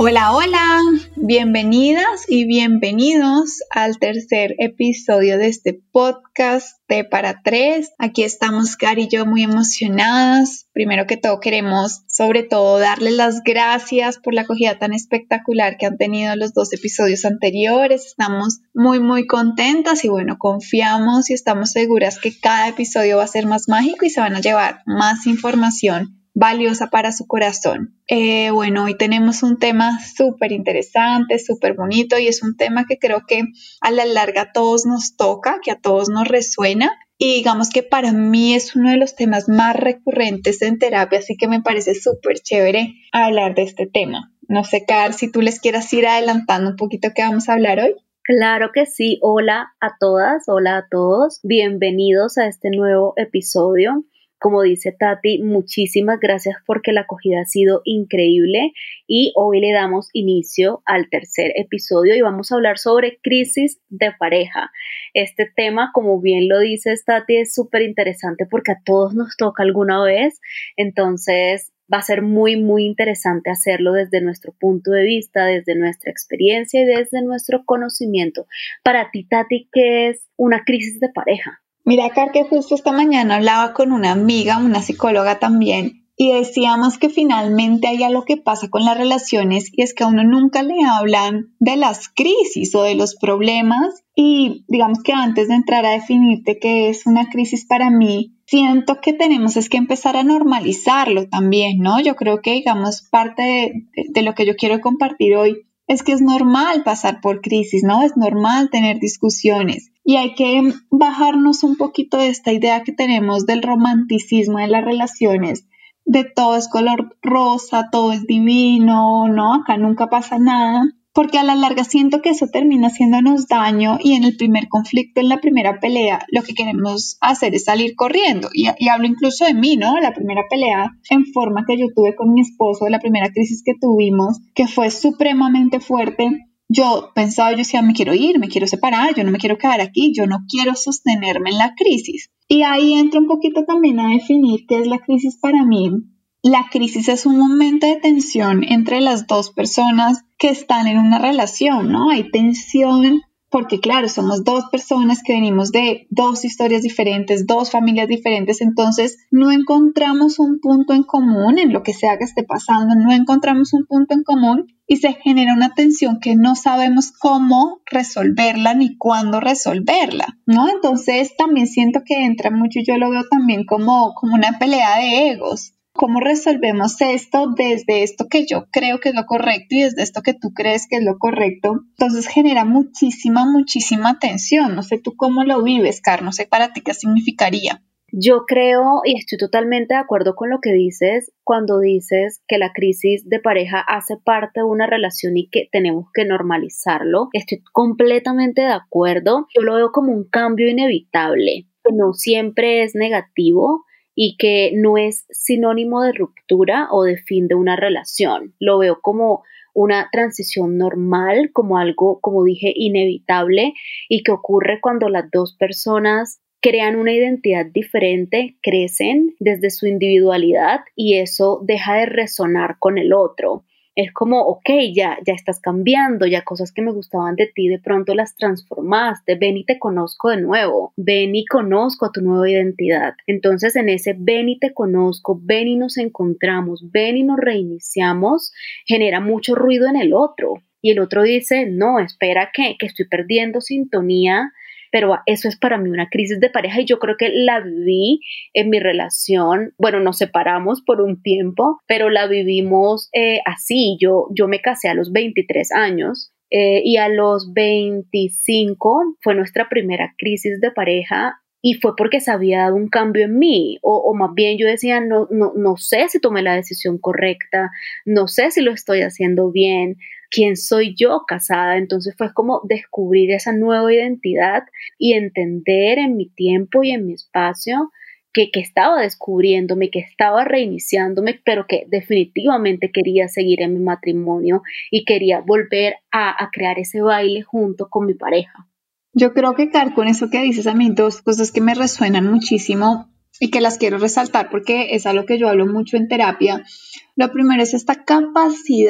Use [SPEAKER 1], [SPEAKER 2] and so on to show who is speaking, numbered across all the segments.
[SPEAKER 1] Hola, hola, bienvenidas y bienvenidos al tercer episodio de este podcast de Para Tres. Aquí estamos, Cari y yo, muy emocionadas. Primero que todo queremos, sobre todo, darles las gracias por la acogida tan espectacular que han tenido los 2 episodios anteriores. Estamos muy contentas y bueno, confiamos y estamos seguras que cada episodio va a ser más mágico y se van a llevar más información valiosa para su corazón. Bueno, hoy tenemos un tema súper interesante, súper bonito y es un tema que creo que a la larga a todos nos toca, que a todos nos resuena y digamos que para mí es uno de los temas más recurrentes en terapia, así que me parece súper chévere hablar de este tema. No sé, Car, si tú les quieras ir adelantando un poquito qué vamos a hablar hoy.
[SPEAKER 2] Claro que sí, hola a todas, hola a todos, bienvenidos a este nuevo episodio. Como dice Tati, muchísimas gracias porque la acogida ha sido increíble y hoy le damos inicio al tercer episodio y vamos a hablar sobre crisis de pareja. Este tema, como bien lo dice Tati, es súper interesante porque a todos nos toca alguna vez, entonces va a ser muy interesante hacerlo desde nuestro punto de vista, desde nuestra experiencia y desde nuestro conocimiento. Para ti, Tati, ¿qué es una crisis de pareja?
[SPEAKER 1] Mira, Car, que justo esta mañana hablaba con una amiga, una psicóloga también, y decíamos que finalmente hay algo que pasa con las relaciones y es que a uno nunca le hablan de las crisis o de los problemas y digamos que antes de entrar a definirte qué es una crisis para mí, siento que tenemos es que empezar a normalizarlo también, ¿no? Yo creo que digamos parte de lo que yo quiero compartir hoy es que es normal pasar por crisis, ¿no? Es normal tener discusiones y hay que bajarnos un poquito de esta idea que tenemos del romanticismo de las relaciones, de todo es color rosa, todo es divino, ¿no? Acá nunca pasa nada, porque a la larga siento que eso termina haciéndonos daño y en el primer conflicto, en la primera pelea, lo que queremos hacer es salir corriendo. Y hablo incluso de mí, ¿no? La primera pelea en forma que yo tuve con mi esposo, la primera crisis que tuvimos, que fue supremamente fuerte. Yo pensaba, yo decía, me quiero ir, me quiero separar, yo no me quiero quedar aquí, yo no quiero sostenerme en la crisis. Y ahí entro un poquito también a definir qué es la crisis para mí. La crisis es un momento de tensión entre las dos personas que están en una relación, ¿no? Hay tensión porque, claro, somos 2 personas que venimos de 2 historias diferentes, 2 familias diferentes, entonces no encontramos un punto en común en lo que sea que esté pasando, no encontramos un punto en común y se genera una tensión que no sabemos cómo resolverla ni cuándo resolverla, ¿no? Entonces también siento que entra mucho, yo lo veo también como una pelea de egos. ¿Cómo resolvemos esto desde esto que yo creo que es lo correcto y desde esto que tú crees que es lo correcto? Entonces genera muchísima tensión. No sé tú cómo lo vives, Car, no sé para ti qué significaría.
[SPEAKER 2] Yo creo y estoy totalmente de acuerdo con lo que dices cuando dices que la crisis de pareja hace parte de una relación y que tenemos que normalizarlo. Estoy completamente de acuerdo. Yo lo veo como un cambio inevitable, que no siempre es negativo y que no es sinónimo de ruptura o de fin de una relación. Lo veo como una transición normal, como algo, como dije, inevitable y que ocurre cuando las 2 personas crean una identidad diferente, crecen desde su individualidad y eso deja de resonar con el otro. Es como, ok, ya estás cambiando, ya cosas que me gustaban de ti de pronto las transformaste, ven y te conozco de nuevo, ven y conozco a tu nueva identidad. Entonces en ese ven y te conozco, ven y nos encontramos, ven y nos reiniciamos, genera mucho ruido en el otro. Y el otro dice, no, espera que estoy perdiendo sintonía, pero eso es para mí una crisis de pareja y yo creo que la viví en mi relación. Bueno, nos separamos por un tiempo, pero la vivimos así. Yo me casé a los 23 años y a los 25 fue nuestra primera crisis de pareja. Y fue porque se había dado un cambio en mí, o más bien yo decía, no sé si tomé la decisión correcta, no sé si lo estoy haciendo bien, quién soy yo casada. Entonces fue como descubrir esa nueva identidad y entender en mi tiempo y en mi espacio que estaba descubriéndome, que estaba reiniciándome, pero que definitivamente quería seguir en mi matrimonio y quería volver a crear ese baile junto con mi pareja.
[SPEAKER 1] Yo creo que, Car, con eso que dices a mí, 2 cosas que me resuenan muchísimo y que las quiero resaltar porque es algo que yo hablo mucho en terapia. Lo primero es esta capacidad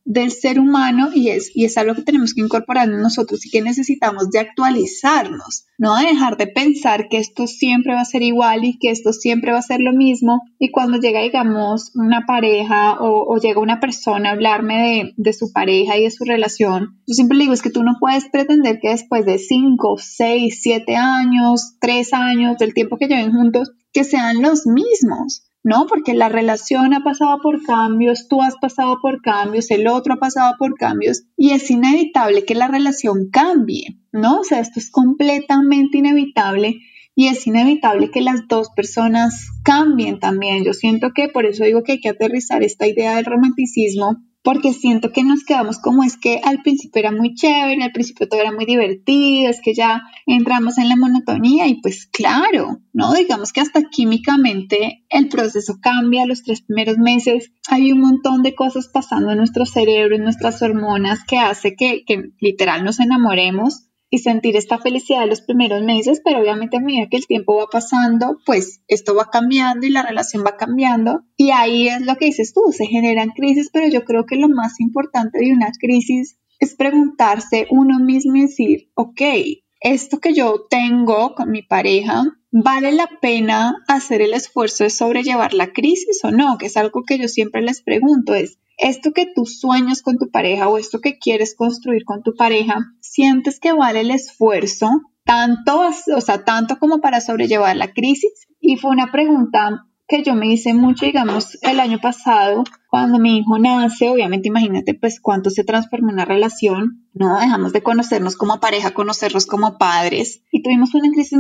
[SPEAKER 1] del ser humano y es algo que tenemos que incorporar en nosotros y que necesitamos de actualizarnos, no dejar de pensar que esto siempre va a ser igual y que esto siempre va a ser lo mismo. Y cuando llega, digamos, una pareja o llega una persona a hablarme de su pareja y de su relación, yo siempre le digo, es que tú no puedes pretender que después de 5, 6, 7 años, 3 años, del tiempo que lleven juntos, que sean los mismos. ¿No? Porque la relación ha pasado por cambios, tú has pasado por cambios, el otro ha pasado por cambios y es inevitable que la relación cambie, ¿no? O sea, esto es completamente inevitable y es inevitable que las dos personas cambien también. Yo siento que por eso digo que hay que aterrizar esta idea del romanticismo, porque siento que nos quedamos como es que al principio era muy chévere, al principio todo era muy divertido, es que ya entramos en la monotonía y pues claro, ¿no? Digamos que hasta químicamente el proceso cambia los 3 primeros meses, hay un montón de cosas pasando en nuestro cerebro, en nuestras hormonas que hace que literal nos enamoremos y sentir esta felicidad de los primeros meses, pero obviamente a medida que el tiempo va pasando, pues esto va cambiando y la relación va cambiando y ahí es lo que dices tú, se generan crisis, pero yo creo que lo más importante de una crisis es preguntarse uno mismo y decir, ok, esto que yo tengo con mi pareja, ¿vale la pena hacer el esfuerzo de sobrellevar la crisis o no? Que es algo que yo siempre les pregunto, es esto que tú sueñas con tu pareja o esto que quieres construir con tu pareja, ¿sientes que vale el esfuerzo tanto, o sea, tanto como para sobrellevar la crisis? Y fue una pregunta que yo me hice mucho, digamos, el año pasado, cuando mi hijo nace, obviamente imagínate pues cuánto se transformó una relación, no dejamos de conocernos como pareja, conocernos como padres y tuvimos una crisis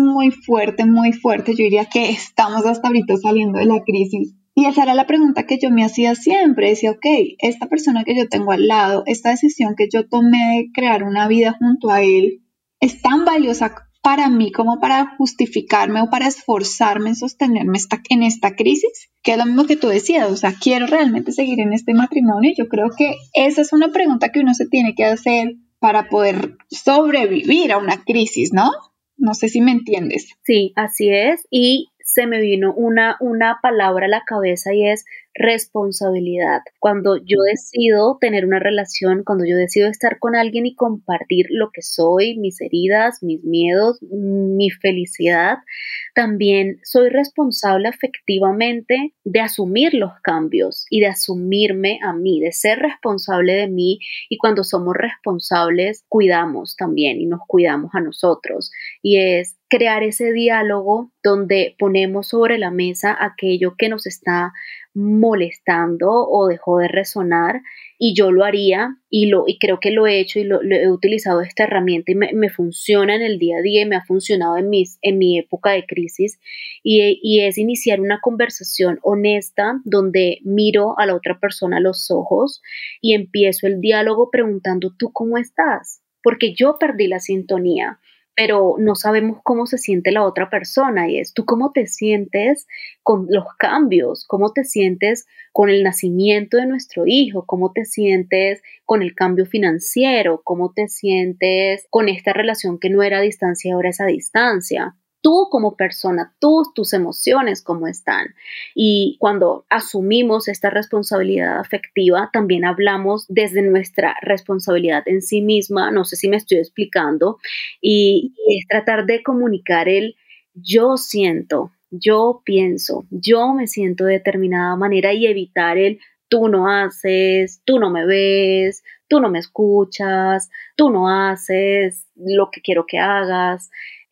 [SPEAKER 1] muy fuerte, yo diría que estamos hasta ahorita saliendo de la crisis. Y esa era la pregunta que yo me hacía siempre, decía, ok, esta persona que yo tengo al lado, esta decisión que yo tomé de crear una vida junto a él, es tan valiosa para mí como para justificarme o para esforzarme en sostenerme en esta crisis, que es lo mismo que tú decías, o sea, quiero realmente seguir en este matrimonio. Yo creo que esa es una pregunta que uno se tiene que hacer para poder sobrevivir a una crisis, ¿no? No sé si me entiendes.
[SPEAKER 2] Sí, así es. Y se me vino una palabra a la cabeza y es responsabilidad. Cuando yo decido tener una relación, cuando yo decido estar con alguien y compartir lo que soy, mis heridas, mis miedos, mi felicidad, también soy responsable efectivamente de asumir los cambios y de asumirme a mí, de ser responsable de mí. Y cuando somos responsables, cuidamos también y nos cuidamos a nosotros. Y es crear ese diálogo donde ponemos sobre la mesa aquello que nos está molestando o dejó de resonar, y yo lo haría y creo que lo he hecho y lo he utilizado esta herramienta y me funciona en el día a día y me ha funcionado en mi época de crisis, y es iniciar una conversación honesta donde miro a la otra persona a los ojos y empiezo el diálogo preguntando, ¿tú cómo estás? Porque yo perdí la sintonía, pero no sabemos cómo se siente la otra persona, y es tú cómo te sientes con los cambios, cómo te sientes con el nacimiento de nuestro hijo, cómo te sientes con el cambio financiero, cómo te sientes con esta relación que no era a distancia, ahora es a distancia. Tú como persona, tus emociones, cómo están. Y cuando asumimos esta responsabilidad afectiva, también hablamos desde nuestra responsabilidad en sí misma, no sé si me estoy explicando, y es tratar de comunicar el yo siento, yo pienso, yo me siento de determinada manera y evitar el tú no haces, tú no me ves, tú no me escuchas, tú no haces lo que quiero que hagas.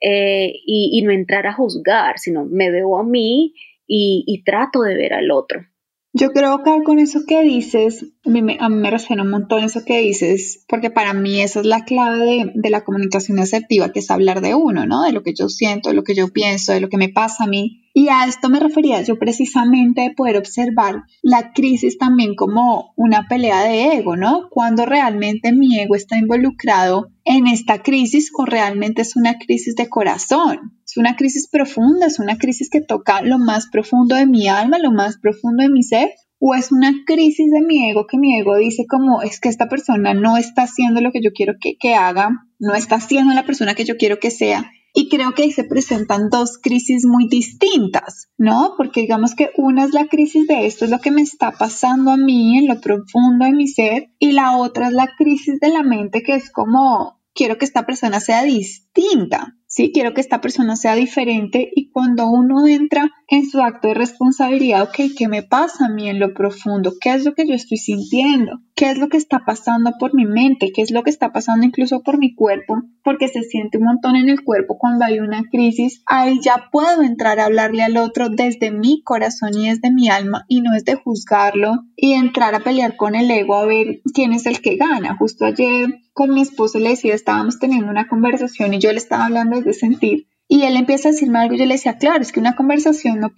[SPEAKER 2] Y no entrar a juzgar, sino me veo a mí y trato de ver al otro.
[SPEAKER 1] Yo creo que con eso que dices, a mí me resuena un montón eso que dices, porque para mí esa es la clave de la comunicación asertiva, que es hablar de uno, ¿no? De lo que yo siento, de lo que yo pienso, de lo que me pasa a mí. Y a esto me refería yo precisamente, de poder observar la crisis también como una pelea de ego, ¿no? Cuando realmente mi ego está involucrado en esta crisis o realmente es una crisis de corazón. Es una crisis profunda, es una crisis que toca lo más profundo de mi alma, lo más profundo de mi ser, o es una crisis de mi ego, que mi ego dice como es que esta persona no está haciendo lo que yo quiero que haga, no está siendo la persona que yo quiero que sea. Y creo que ahí se presentan dos crisis muy distintas, ¿no? Porque digamos que una es la crisis de esto es lo que me está pasando a mí en lo profundo de mi ser, y la otra es la crisis de la mente, que es como quiero que esta persona sea distinta, ¿sí? Quiero que esta persona sea diferente, y cuando uno entra en su acto de responsabilidad, ok, ¿qué me pasa a mí en lo profundo? ¿Qué es lo que yo estoy sintiendo? ¿Qué es lo que está pasando por mi mente? ¿Qué es lo que está pasando incluso por mi cuerpo? Porque se siente un montón en el cuerpo cuando hay una crisis. Ahí ya puedo entrar a hablarle al otro desde mi corazón y desde mi alma, y no es de juzgarlo y entrar a pelear con el ego a ver quién es el que gana. Justo ayer con mi esposo le decía, estábamos teniendo una conversación y yo le estaba hablando desde sentir, y él empieza a decirme algo y yo le decía, claro, es que una conversación no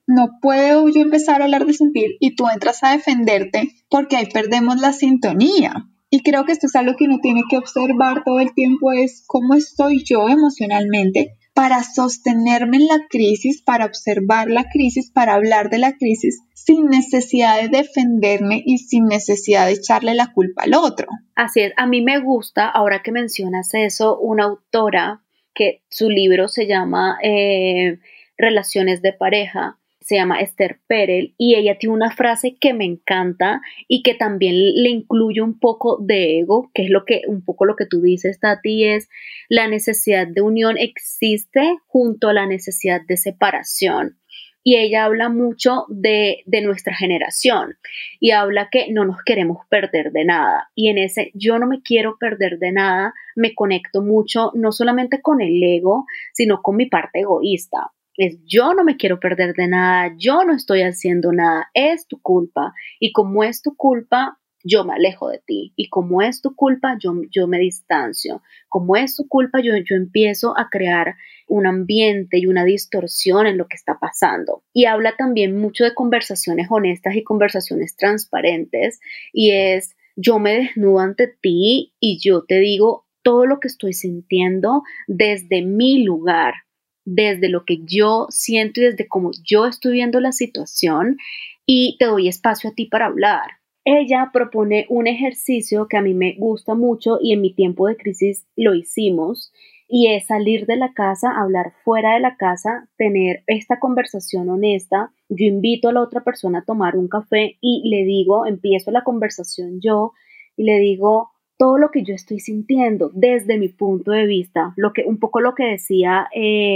[SPEAKER 1] puedo yo empezar a hablar de sentir y tú entras a defenderte, porque ahí perdemos la sintonía. Y creo que esto es algo que uno tiene que observar todo el tiempo, es cómo estoy yo emocionalmente para sostenerme en la crisis, para observar la crisis, para hablar de la crisis sin necesidad de defenderme y sin necesidad de echarle la culpa al otro.
[SPEAKER 2] Así es, a mí me gusta, ahora que mencionas eso, una autora que su libro se llama Relaciones de pareja, se llama Esther Perel, y ella tiene una frase que me encanta y que también le incluye un poco de ego, que es un poco lo que tú dices, Tati, es la necesidad de unión existe junto a la necesidad de separación. Y ella habla mucho de nuestra generación y habla que no nos queremos perder de nada. Y en ese yo no me quiero perder de nada, me conecto mucho no solamente con el ego, sino con mi parte egoísta. Es yo no me quiero perder de nada, yo no estoy haciendo nada, es tu culpa. Y como es tu culpa, yo me alejo de ti. Y como es tu culpa, yo me distancio. Como es tu culpa, yo empiezo a crear un ambiente y una distorsión en lo que está pasando. Y habla también mucho de conversaciones honestas y conversaciones transparentes. Y es, yo me desnudo ante ti y yo te digo todo lo que estoy sintiendo desde mi lugar, desde lo que yo siento y desde cómo yo estoy viendo la situación, y te doy espacio a ti para hablar. Ella propone un ejercicio que a mí me gusta mucho y en mi tiempo de crisis lo hicimos, y es salir de la casa, hablar fuera de la casa, tener esta conversación honesta. Yo invito a la otra persona a tomar un café y le digo, empiezo la conversación yo y le digo todo lo que yo estoy sintiendo desde mi punto de vista, un poco lo que decía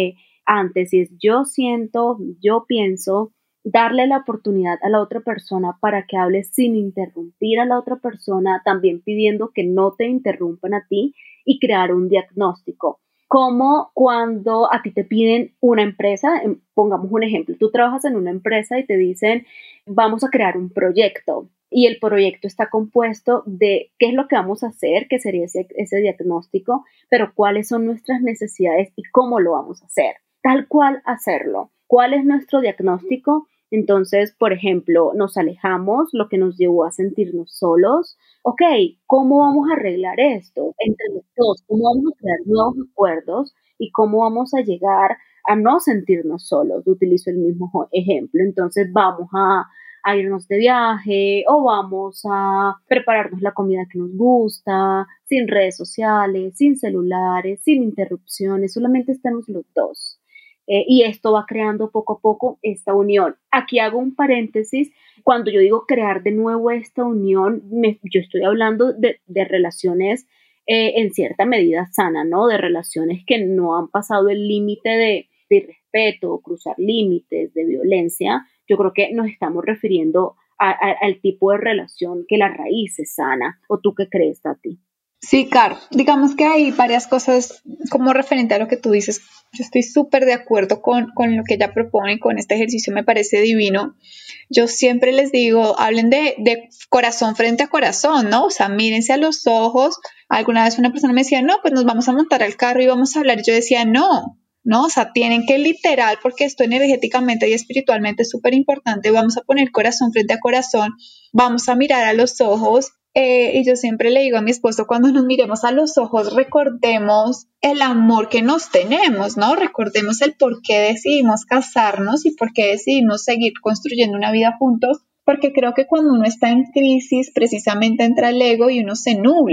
[SPEAKER 2] antes, y es yo siento, yo pienso, darle la oportunidad a la otra persona para que hable sin interrumpir a la otra persona, también pidiendo que no te interrumpan a ti, y crear un diagnóstico. Como cuando a ti te piden una empresa, pongamos un ejemplo, tú trabajas en una empresa y te dicen, vamos a crear un proyecto, y el proyecto está compuesto de qué es lo que vamos a hacer, que sería ese diagnóstico, pero cuáles son nuestras necesidades y cómo lo vamos a hacer, tal cual hacerlo. ¿Cuál es nuestro diagnóstico? Entonces, por ejemplo, nos alejamos, lo que nos llevó a sentirnos solos. Ok, ¿cómo vamos a arreglar esto entre los dos? ¿Cómo vamos a crear nuevos acuerdos? ¿Y cómo vamos a llegar a no sentirnos solos? Utilizo el mismo ejemplo. Entonces, vamos a irnos de viaje, o vamos a prepararnos la comida que nos gusta, sin redes sociales, sin celulares, sin interrupciones, solamente estamos los dos. Y esto va creando poco a poco esta unión. Aquí hago un paréntesis. Cuando yo digo crear de nuevo esta unión, yo estoy hablando de relaciones en cierta medida sana, ¿no? De relaciones que no han pasado el límite de irrespeto, cruzar límites, de violencia. Yo creo que nos estamos refiriendo al tipo de relación que la raíz es sana. ¿O tú qué crees, Tati?
[SPEAKER 1] Sí, claro. Digamos que hay varias cosas como referente a lo que tú dices. Yo estoy súper de acuerdo con lo que ella propone, con este ejercicio, me parece divino. Yo siempre les digo, hablen de corazón frente a corazón, ¿no? O sea, mírense a los ojos. Alguna vez una persona me decía, no, pues nos vamos a montar al carro y vamos a hablar. Y yo decía, no, o sea, tienen que literal, porque esto energéticamente y espiritualmente es súper importante. Vamos a poner corazón frente a corazón, vamos a mirar a los ojos. Y yo siempre le digo a mi esposo, cuando nos miremos a los ojos, recordemos el amor que nos tenemos, ¿no? Recordemos el por qué decidimos casarnos y por qué decidimos seguir construyendo una vida juntos, porque creo que cuando uno está en crisis, precisamente entra el ego y uno se nubla.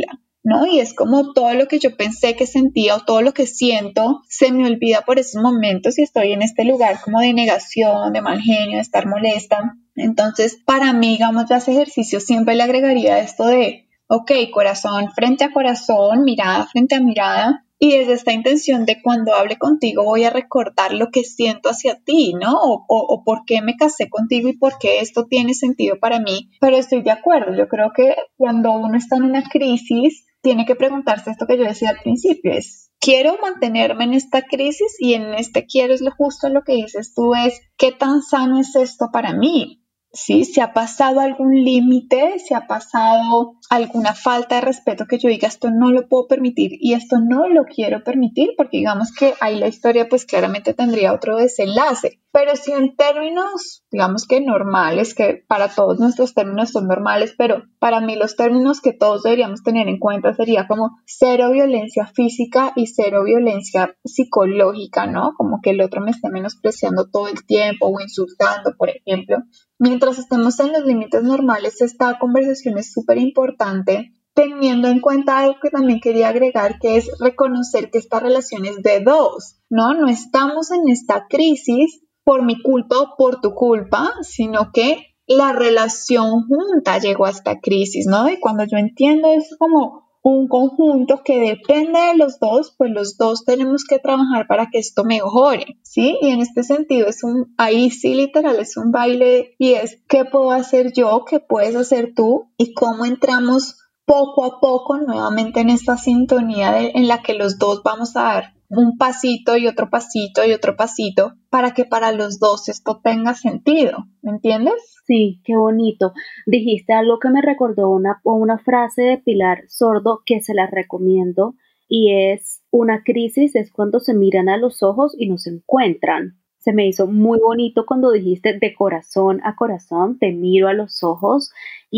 [SPEAKER 1] ¿no? Y es como todo lo que yo pensé que sentía o todo lo que siento se me olvida por esos momentos y estoy en este lugar como de negación, de mal genio, de estar molesta. Entonces, para mí, digamos, ya ese ejercicio siempre le agregaría esto de, ok, corazón frente a corazón, mirada frente a mirada. Y desde esta intención de cuando hable contigo voy a recordar lo que siento hacia ti, ¿no? O por qué me casé contigo y por qué esto tiene sentido para mí. Pero estoy de acuerdo, yo creo que cuando uno está en una crisis, tiene que preguntarse esto que yo decía al principio, es, ¿quiero mantenerme en esta crisis? Y en este quiero es lo justo lo que dices tú, es, ¿qué tan sano es esto para mí? ¿Sí? ¿Se ha pasado algún límite? ¿Se ha pasado alguna falta de respeto que yo diga esto no lo puedo permitir y esto no lo quiero permitir? Porque digamos que ahí la historia pues claramente tendría otro desenlace. Pero si en términos, digamos que normales, que para todos nuestros términos son normales, pero para mí los términos que todos deberíamos tener en cuenta sería como cero violencia física y cero violencia psicológica, ¿no? Como que el otro me esté menospreciando todo el tiempo o insultando, por ejemplo. Mientras estemos en los límites normales, esta conversación es súper importante, teniendo en cuenta algo que también quería agregar, que es reconocer que esta relación es de dos, ¿no? No estamos en esta crisis por mi culpa o por tu culpa, sino que la relación junta llegó a esta crisis, ¿no? Y cuando yo entiendo eso como un conjunto que depende de los dos, pues los dos tenemos que trabajar para que esto mejore, ¿sí? Y en este sentido ahí sí literal es un baile y es ¿qué puedo hacer yo? ¿Qué puedes hacer tú? Y cómo entramos poco a poco nuevamente en esta sintonía en la que los dos vamos a dar un pasito y otro pasito y otro pasito para que para los dos esto tenga sentido, ¿me entiendes?
[SPEAKER 2] Sí, qué bonito. Dijiste algo que me recordó una frase de Pilar Sordo que se la recomiendo y es, una crisis es cuando se miran a los ojos y no se encuentran. Se me hizo muy bonito cuando dijiste de corazón a corazón, te miro a los ojos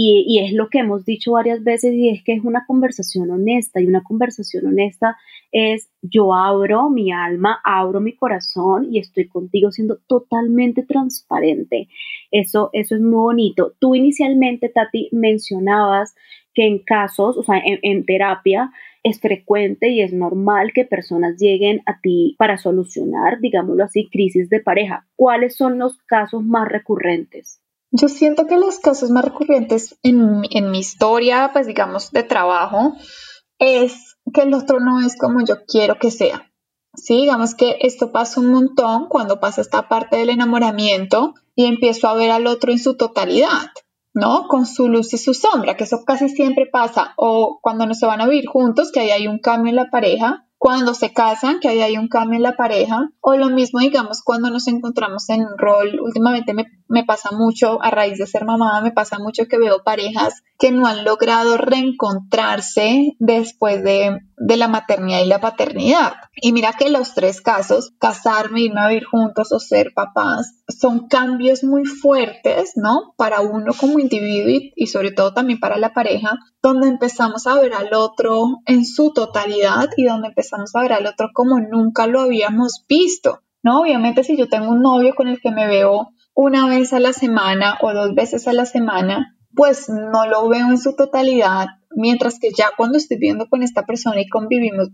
[SPEAKER 2] y es lo que hemos dicho varias veces y es que es una conversación honesta y una conversación honesta es yo abro mi alma, abro mi corazón y estoy contigo siendo totalmente transparente. Eso es muy bonito. Tú inicialmente, Tati, mencionabas que en casos, o sea, en terapia, es frecuente y es normal que personas lleguen a ti para solucionar, digámoslo así, crisis de pareja. ¿Cuáles son los casos más recurrentes?
[SPEAKER 1] Yo siento que los casos más recurrentes en mi historia, pues digamos, de trabajo, es que el otro no es como yo quiero que sea. Sí, digamos que esto pasa un montón cuando pasa esta parte del enamoramiento y empiezo a ver al otro en su totalidad, ¿no? Con su luz y su sombra, que eso casi siempre pasa, o cuando no se van a vivir juntos, que ahí hay un cambio en la pareja, cuando se casan, que ahí hay un cambio en la pareja, o lo mismo, digamos, cuando nos encontramos en un rol, últimamente me pasa mucho, a raíz de ser mamá, me pasa mucho que veo parejas que no han logrado reencontrarse después de la maternidad y la paternidad. Y mira que los tres casos, casarme, irme a vivir juntos o ser papás, son cambios muy fuertes, ¿no? Para uno como individuo y sobre todo también para la pareja, donde empezamos a ver al otro en su totalidad y donde empezamos a ver al otro como nunca lo habíamos visto, ¿no? Obviamente si yo tengo un novio con el que me veo una vez a la semana o dos veces a la semana, pues no lo veo en su totalidad, mientras que ya cuando estoy viendo con esta persona y convivimos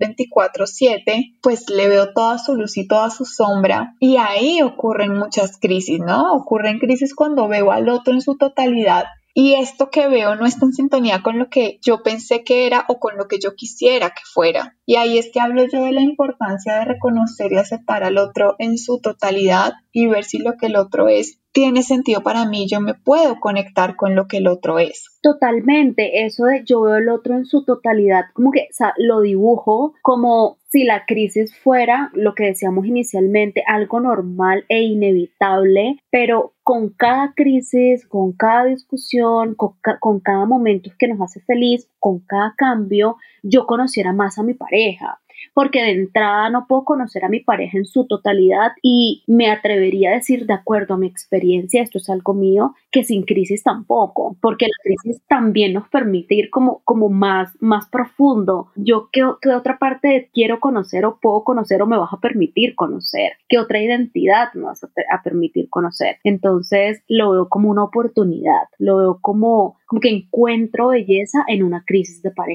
[SPEAKER 1] 24/7, pues le veo toda su luz y toda su sombra y ahí ocurren muchas crisis, ¿no? Ocurren crisis cuando veo al otro en su totalidad y esto que veo no está en sintonía con lo que yo pensé que era o con lo que yo quisiera que fuera. Y ahí es que hablo yo de la importancia de reconocer y aceptar al otro en su totalidad y ver si lo que el otro es tiene sentido para mí, yo me puedo conectar con lo que el otro es.
[SPEAKER 2] Totalmente, eso de yo veo el otro en su totalidad, como que o sea, lo dibujo como si la crisis fuera lo que decíamos inicialmente, algo normal e inevitable, pero con cada crisis, con cada discusión, con cada momento que nos hace feliz, con cada cambio, yo conociera más a mi pareja. Porque de entrada no puedo conocer a mi pareja en su totalidad y me atrevería a decir, de acuerdo a mi experiencia, esto es algo mío, que sin crisis tampoco, porque la crisis también nos permite ir como más profundo. Yo, ¿qué otra parte quiero conocer o puedo conocer o me vas a permitir conocer? ¿Qué otra identidad me vas a permitir conocer? Entonces lo veo como una oportunidad, lo veo como que encuentro belleza en una crisis de pareja.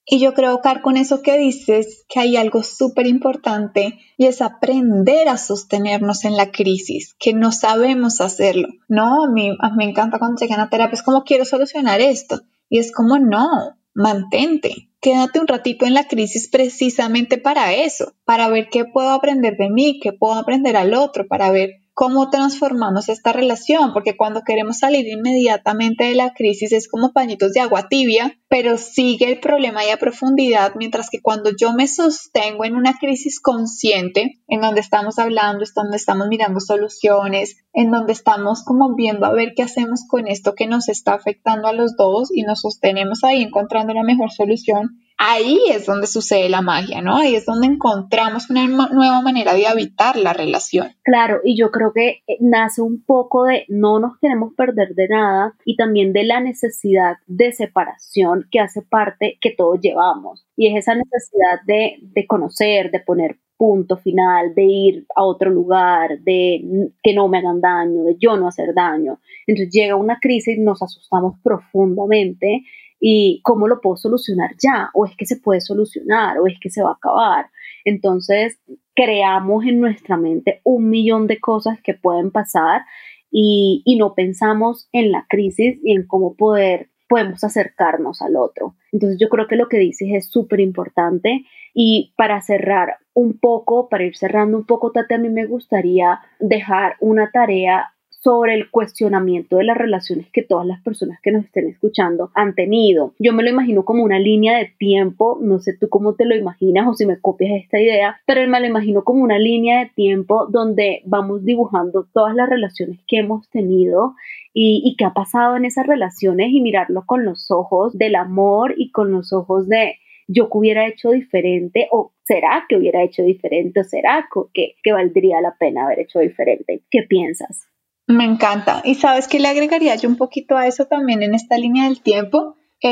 [SPEAKER 1] Y yo creo, Car, con eso que dices, que hay algo súper importante y es aprender a sostenernos en la crisis, que no sabemos hacerlo. No, a mí me encanta cuando llegan a terapia, es como quiero solucionar esto. Y es como no, mantente, quédate un ratito en la crisis precisamente para eso, para ver qué puedo aprender de mí, qué puedo aprender al otro, para ver cómo transformamos esta relación, porque cuando queremos salir inmediatamente de la crisis es como pañitos de agua tibia, pero sigue el problema ahí a profundidad, mientras que cuando yo me sostengo en una crisis consciente, en donde estamos hablando, es donde estamos mirando soluciones, en donde estamos como viendo a ver qué hacemos con esto que nos está afectando a los dos y nos sostenemos ahí encontrando la mejor solución. Ahí es donde sucede la magia, ¿no? Ahí es donde encontramos una nueva manera de habitar la relación.
[SPEAKER 2] Claro, y yo creo que nace un poco de no nos queremos perder de nada y también de la necesidad de separación que hace parte que todos llevamos. Y es esa necesidad de conocer, de poner punto final, de ir a otro lugar, de que no me hagan daño, de yo no hacer daño. Entonces llega una crisis y nos asustamos profundamente. ¿Y cómo lo puedo solucionar ya? ¿O es que se puede solucionar? ¿O es que se va a acabar? Entonces, creamos en nuestra mente 1.000.000 de cosas que pueden pasar y no pensamos en la crisis y en cómo podemos acercarnos al otro. Entonces, yo creo que lo que dices es súper importante. Y para cerrar un poco, para ir cerrando un poco, Tati, a mí me gustaría dejar una tarea sobre el cuestionamiento de las relaciones que todas las personas que nos estén escuchando han tenido. Yo me lo imagino como una línea de tiempo, no sé tú cómo te lo imaginas o si me copias esta idea, pero me lo imagino como una línea de tiempo donde vamos dibujando todas las relaciones que hemos tenido y qué ha pasado en esas relaciones y mirarlo con los ojos del amor y con los ojos de yo que hubiera hecho diferente o será que hubiera hecho diferente o será que valdría la pena haber hecho diferente. ¿Qué piensas?
[SPEAKER 1] Me encanta. ¿Y sabes qué le agregaría yo un poquito a eso también en esta línea del tiempo?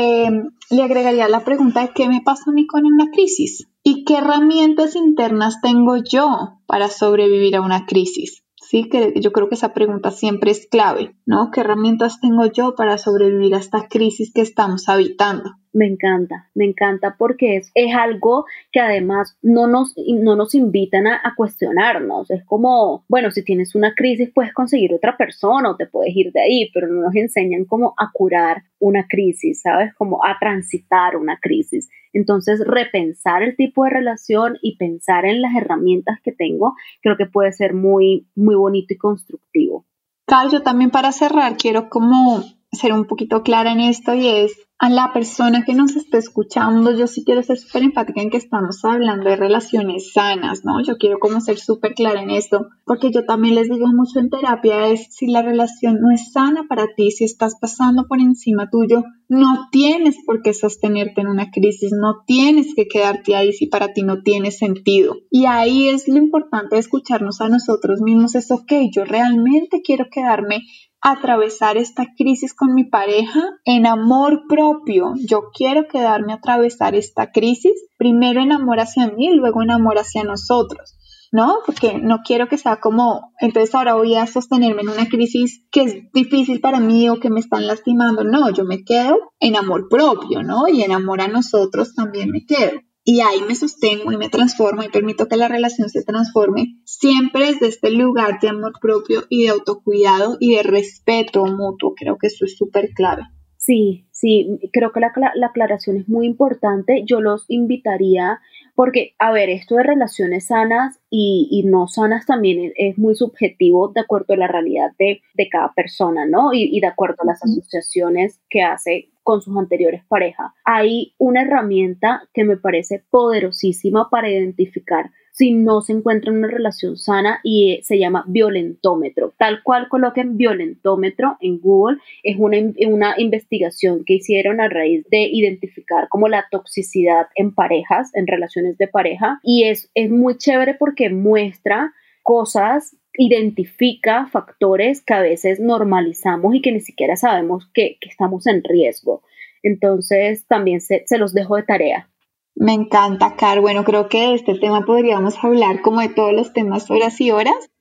[SPEAKER 1] Le agregaría la pregunta de qué me pasa a mí con una crisis y qué herramientas internas tengo yo para sobrevivir a una crisis. Sí, que yo creo que esa pregunta siempre es clave, ¿no? ¿Qué herramientas tengo yo para sobrevivir a esta crisis que estamos habitando?
[SPEAKER 2] Me encanta porque es algo que además no nos invitan a cuestionarnos. Es como, bueno, si tienes una crisis puedes conseguir otra persona o te puedes ir de ahí, pero no nos enseñan cómo a curar una crisis, ¿sabes? Como a transitar una crisis. Entonces, repensar el tipo de relación y pensar en las herramientas que tengo, creo que puede ser muy, muy bonito y constructivo.
[SPEAKER 1] Carl, yo también para cerrar quiero como ser un poquito clara en esto y es a la persona que nos está escuchando, yo sí quiero ser súper empática en que estamos hablando de relaciones sanas, ¿no? Yo quiero como ser súper clara en esto, porque yo también les digo mucho en terapia es si la relación no es sana para ti, si estás pasando por encima tuyo, no tienes por qué sostenerte en una crisis, no tienes que quedarte ahí si para ti no tiene sentido. Y ahí es lo importante de escucharnos a nosotros mismos, es ok, yo realmente quiero quedarme atravesar esta crisis con mi pareja en amor propio. Yo quiero quedarme a atravesar esta crisis primero en amor hacia mí y luego en amor hacia nosotros, ¿no? Porque no quiero que sea como, entonces ahora voy a sostenerme en una crisis que es difícil para mí o que me están lastimando. No, yo me quedo en amor propio, ¿no? Y en amor a nosotros también me quedo. Y ahí me sostengo y me transformo y permito que la relación se transforme siempre desde este lugar de amor propio y de autocuidado y de respeto mutuo. Creo que eso es súper clave.
[SPEAKER 2] Sí, creo que la aclaración es muy importante. Yo los invitaría porque, a ver, esto de relaciones sanas y no sanas también es muy subjetivo de acuerdo a la realidad de cada persona, ¿no? Y de acuerdo a las asociaciones que hace con sus anteriores parejas. Hay una herramienta que me parece poderosísima para identificar si no se encuentra en una relación sana y se llama violentómetro. Tal cual coloquen violentómetro en Google, es una investigación que hicieron a raíz de identificar como la toxicidad en parejas, en relaciones de pareja, y es muy chévere porque muestra cosas, identifica factores que a veces normalizamos y que ni siquiera sabemos que estamos en riesgo. Entonces también se los dejo de tarea.
[SPEAKER 1] Me encanta, Car. Bueno, creo que de este tema podríamos hablar como de todos los temas horas y horas,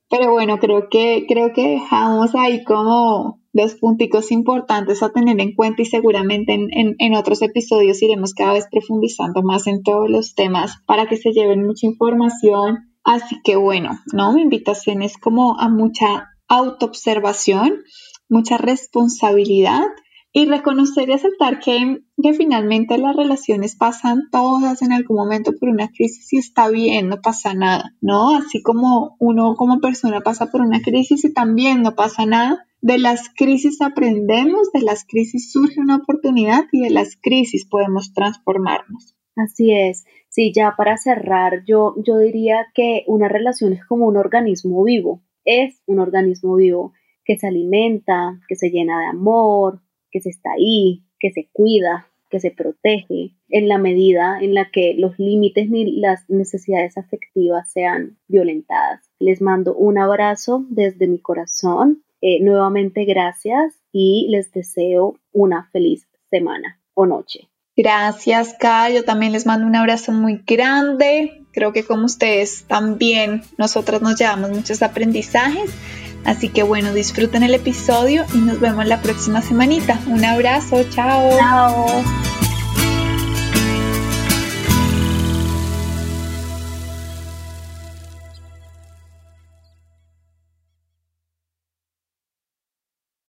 [SPEAKER 1] Pero bueno, creo que dejamos ahí como los punticos importantes a tener en cuenta y seguramente en otros episodios iremos cada vez profundizando más en todos los temas para que se lleven mucha información. Así que bueno, ¿no? Mi invitación es como a mucha autoobservación, mucha responsabilidad y reconocer y aceptar que finalmente las relaciones pasan todas en algún momento por una crisis y está bien, no pasa nada, ¿no? Así como uno como persona pasa por una crisis y también no pasa nada. De las crisis aprendemos, de las crisis surge una oportunidad y de las crisis podemos transformarnos.
[SPEAKER 2] Así es. Sí, ya para cerrar, yo diría que una relación es como un organismo vivo, es un organismo vivo que se alimenta, que se llena de amor, que se está ahí, que se cuida, que se protege, en la medida en la que los límites ni las necesidades afectivas sean violentadas. Les mando un abrazo desde mi corazón. Nuevamente gracias y les deseo una feliz semana o noche.
[SPEAKER 1] Gracias, Kai. Yo también les mando un abrazo muy grande. Creo que como ustedes también, nosotras nos llevamos muchos aprendizajes. Así que bueno, disfruten el episodio y nos vemos la próxima semanita. Un abrazo, chao.
[SPEAKER 2] Chao.